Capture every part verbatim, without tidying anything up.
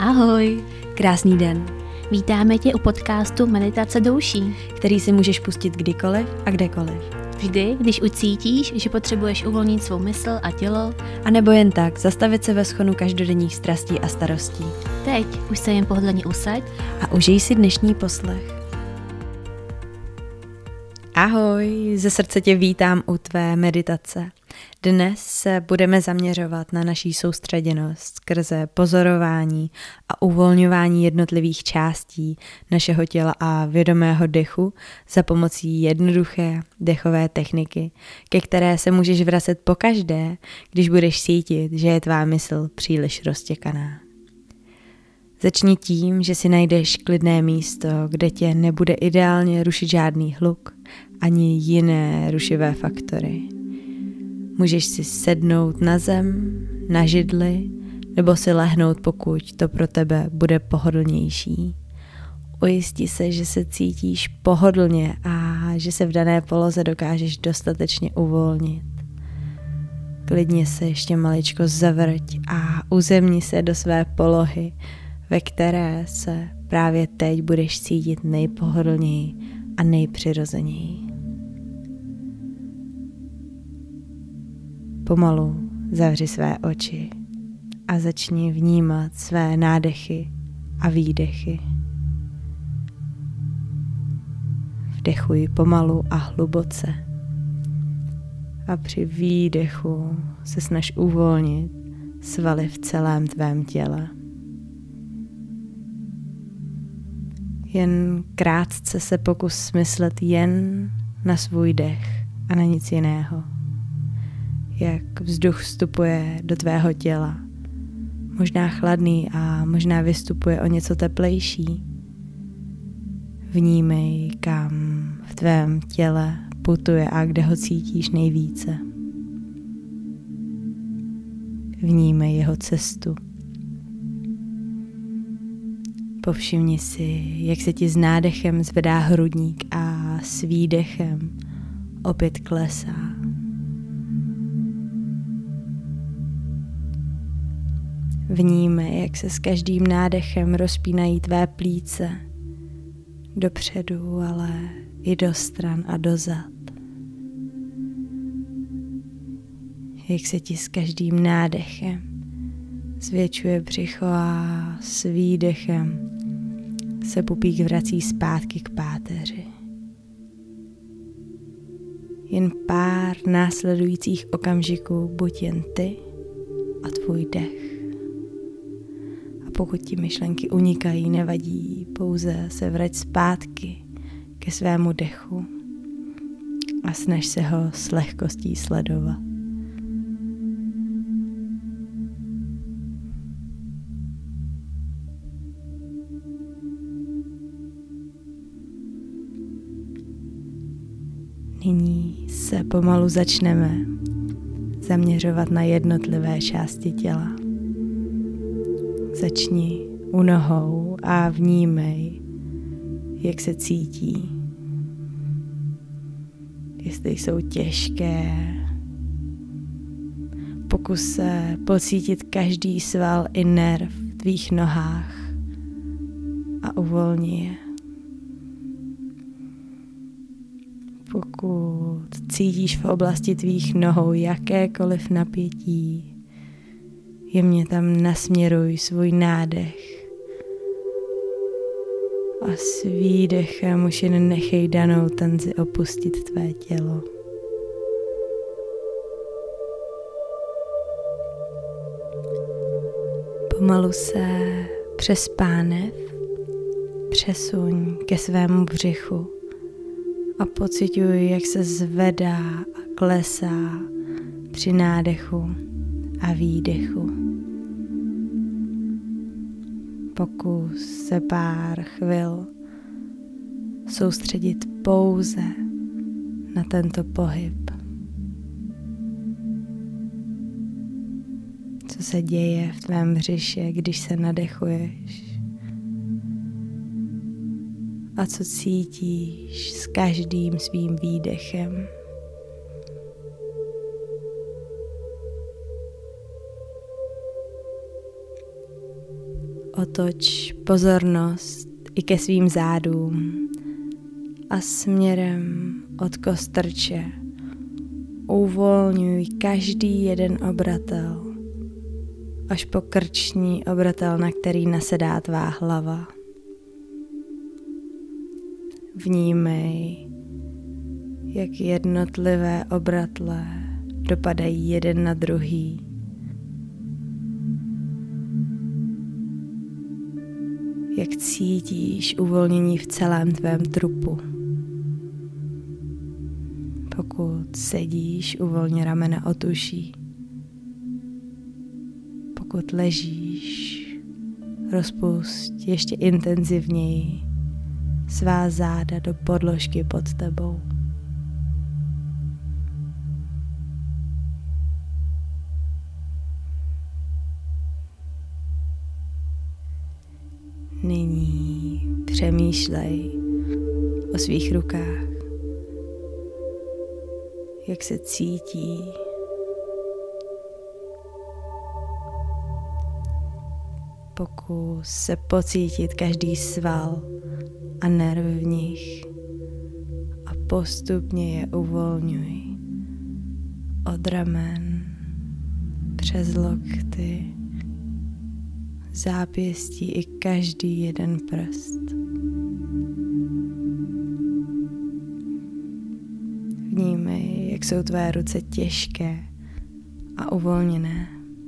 Ahoj, krásný den. Vítáme tě u podcastu Meditace douší, který si můžeš pustit kdykoliv a kdekoliv. Vždy, když už cítíš, že potřebuješ uvolnit svou mysl a tělo, a nebo jen tak zastavit se ve schonu každodenních strastí a starostí. Teď už se jen pohodlně usaď a užij si dnešní poslech. Ahoj, ze srdce tě vítám u tvé meditace. Dnes se budeme zaměřovat na naší soustředěnost skrze pozorování a uvolňování jednotlivých částí našeho těla a vědomého dechu za pomocí jednoduché dechové techniky, ke které se můžeš vracet pokaždé, když budeš cítit, že je tvá mysl příliš roztěkaná. Začni tím, že si najdeš klidné místo, kde tě nebude ideálně rušit žádný hluk ani jiné rušivé faktory. Můžeš si sednout na zem, na židli, nebo si lehnout, pokud to pro tebe bude pohodlnější. Ujisti se, že se cítíš pohodlně a že se v dané poloze dokážeš dostatečně uvolnit. Klidně se ještě maličko zavrť a uzemni se do své polohy, ve které se právě teď budeš cítit nejpohodlněji a nejpřirozeněji. Pomalu zavři své oči a začni vnímat své nádechy a výdechy. Vdechuj pomalu a hluboce a při výdechu se snaž uvolnit svaly v celém tvém těle. Jen krátce se pokus smyslet jen na svůj dech a na nic jiného. Jak vzduch vstupuje do tvého těla. Možná chladný a možná vystupuje o něco teplejší. Vnímej, kam v tvém těle putuje a kde ho cítíš nejvíce. Vnímej jeho cestu. Povšimni si, jak se ti s nádechem zvedá hrudník a s výdechem opět klesá. Vnímej, jak se s každým nádechem rozpínají tvé plíce dopředu, ale i do stran a dozad. Jak se ti s každým nádechem zvětšuje břicho a s výdechem se pupík vrací zpátky k páteři. Jen pár následujících okamžiků buď jen ty a tvůj dech. A pokud ti myšlenky unikají, nevadí, pouze se vrať zpátky ke svému dechu a snaž se ho s lehkostí sledovat. Nyní se pomalu začneme zaměřovat na jednotlivé části těla. Začni u nohou a vnímej, jak se cítí. Jestli jsou těžké. Pokus se pocítit každý sval i nerv v tvých nohách a uvolni je. Pokud cítíš v oblasti tvých nohou jakékoliv napětí, jemně tam nasměruj svůj nádech a s výdechem už jen nechej danou tenzi opustit tvé tělo. Pomalu se přes pánev přesuň ke svému břichu a pociťuj, jak se zvedá a klesá při nádechu a výdechu. Pokus se pár chvil soustředit pouze na tento pohyb. Co se děje v tvém břiše, když se nadechuješ? A co cítíš s každým svým výdechem? Otoč pozornost i ke svým zádům a směrem od kostrče uvolňuj každý jeden obratel až po krční obratel, na který nasedá tvá hlava. Vnímej, jak jednotlivé obratle dopadají jeden na druhý. Jak cítíš uvolnění v celém tvém trupu. Pokud sedíš, uvolni ramena od uší. Pokud ležíš, rozpusť ještě intenzivněji svá záda do podložky pod tebou. Nyní přemýšlej o svých rukách, jak se cítí. Pokus se pocítit každý sval a nerv v nich a postupně je uvolňuj od ramen přes lokty, zápěstí i každý jeden prst. Vnímej, jak jsou tvé ruce těžké a uvolněné.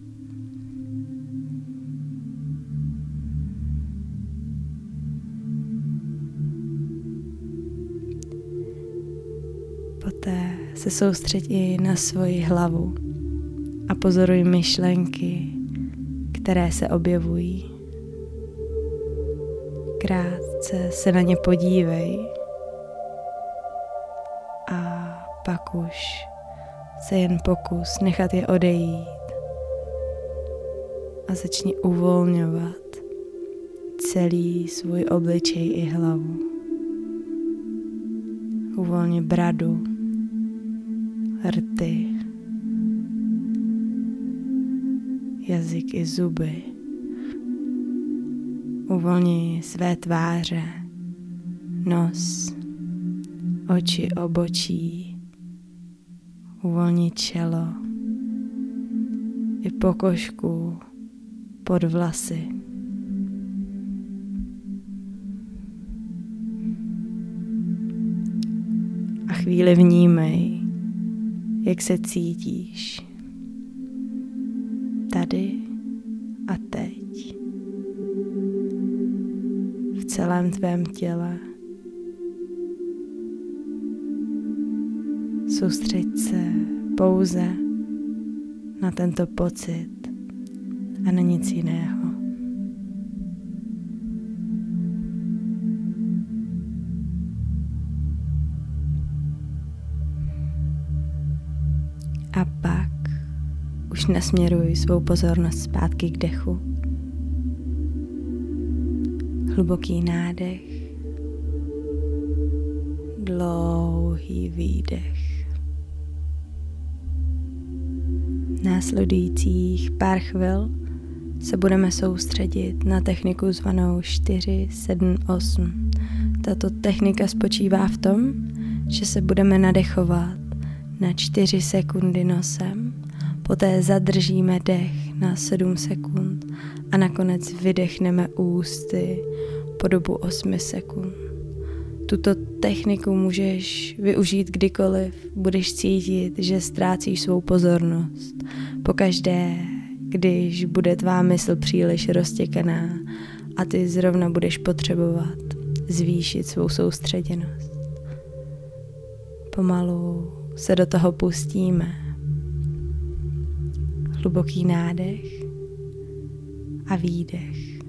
Poté se soustřeď i na svoji hlavu a pozoruj myšlenky, které se objevují. Krátce se na ně podívej a pak už se jen pokus nechat je odejít a začni uvolňovat celý svůj obličej i hlavu. Uvolni bradu, rty, jazyk i zuby. Uvolni své tváře, nos, oči, obočí. Uvolni čelo i pokožku pod vlasy. A chvíli vnímej, jak se cítíš tady a teď v celém tvém těle. Soustřeď se pouze na tento pocit a na nic jiného. A pak už nasměruj svou pozornost zpátky k dechu. Hluboký nádech, dlouhý výdech. Následujících pár chvil se budeme soustředit na techniku zvanou čtyři sedm osm. Tato technika spočívá v tom, že se budeme nadechovat na čtyři sekundy nosem, poté zadržíme dech na sedm sekund a nakonec vydechneme ústy po dobu osm sekund. Tuto techniku můžeš využít kdykoliv budeš cítit, že ztrácíš svou pozornost. Pokaždé, když bude tvá mysl příliš roztěkaná a ty zrovna budeš potřebovat zvýšit svou soustředěnost. Pomalu se do toho pustíme. Hluboký nádech a výdech.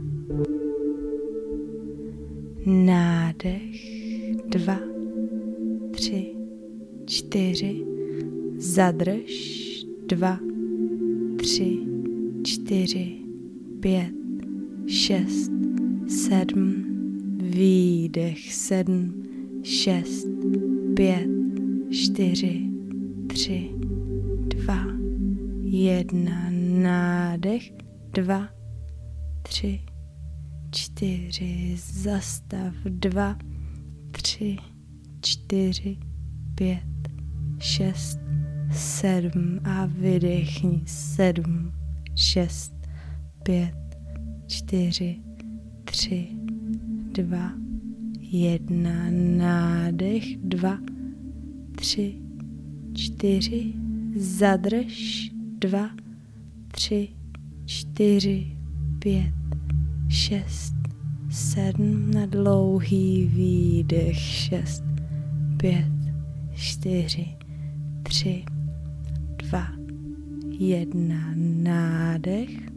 Nádech. Dva, tři, čtyři, zadrž, dva, tři, čtyři, pět, šest, sedm, výdech, sedm, šest, pět, čtyři, tři, dva, jedna, nádech, dva, tři, čtyři, zastav, dva, tři, čtyři, pět, šest, sedm a vydechni. Sedm, šest, pět, čtyři, tři, dva, jedna, nádech, dva, tři, čtyři, zadrž, dva, tři, čtyři, pět, šest, sedm, na dlouhý výdech, šest, pět, čtyři, tři, dva, jedna, nádech,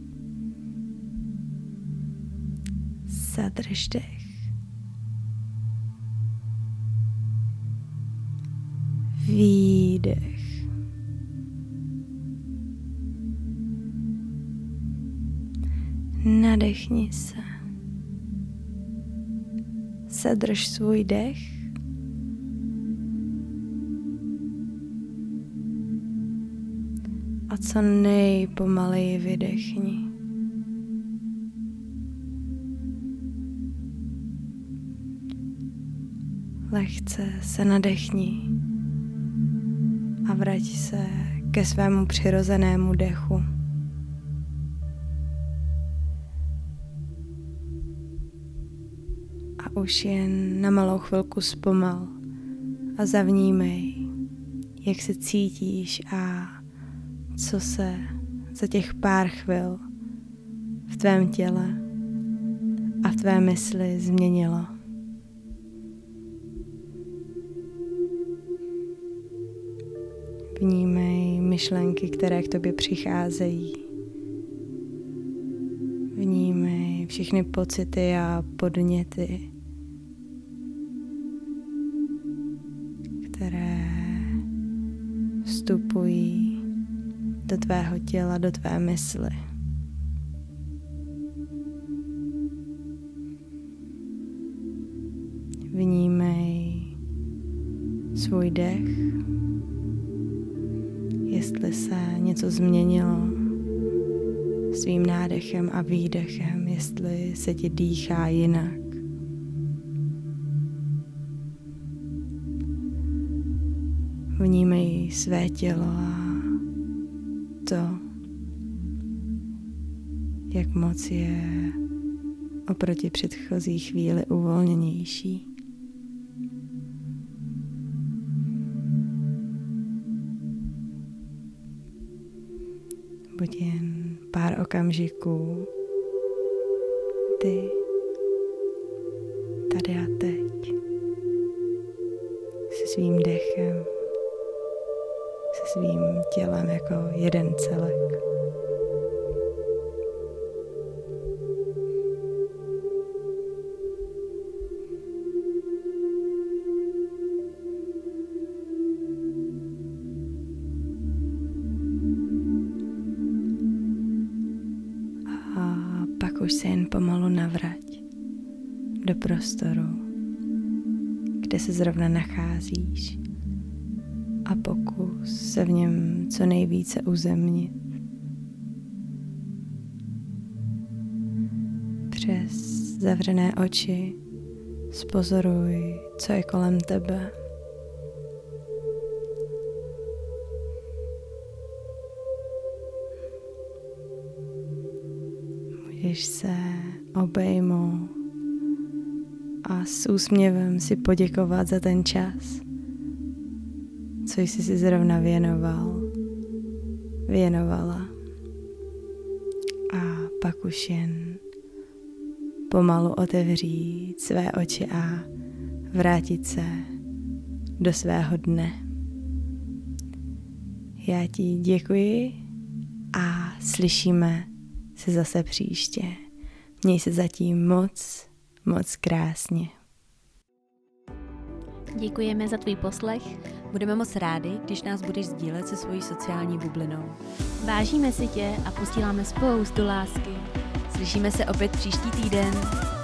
zadrž dech. Výdech. Nadechni se. Zadrž svůj dech. A co nejpomaleji vydechni. Lehce se nadechni a vrať se ke svému přirozenému dechu. A už jen na malou chvilku zpomal a zavnímej, jak se cítíš a co se za těch pár chvil v tvém těle a v tvé mysli změnilo. Vnímej myšlenky, které k tobě přicházejí. Vnímej všechny pocity a podněty, které vstupují do tvého těla, do tvé mysli. Vnímej svůj dech, jestli se něco změnilo svým nádechem a výdechem, jestli se ti dýchá jinak. Vnímej své tělo a to, jak moc je oproti předchozí chvíli uvolněnější. Buď jen pár okamžiků, ty, tady a teď, se svým dechem, se svým tělem jako jeden celek. Pak už se jen pomalu navrať do prostoru, kde se zrovna nacházíš, a pokus se v něm co nejvíce uzemnit. Přes zavřené oči zpozoruj, co je kolem tebe. Můžeš se obejmout a s úsměvem si poděkovat za ten čas, co jsi si zrovna věnoval, věnovala. A pak už jen pomalu otevřít své oči a vrátit se do svého dne. Já ti děkuji a slyšíme se zase příště. Měj se zatím moc, moc krásně. Děkujeme za tvůj poslech. Budeme moc rádi, když nás budeš sdílet se svojí sociální bublinou. Vážíme si tě a posíláme spoustu lásky. Slyšíme se opět příští týden.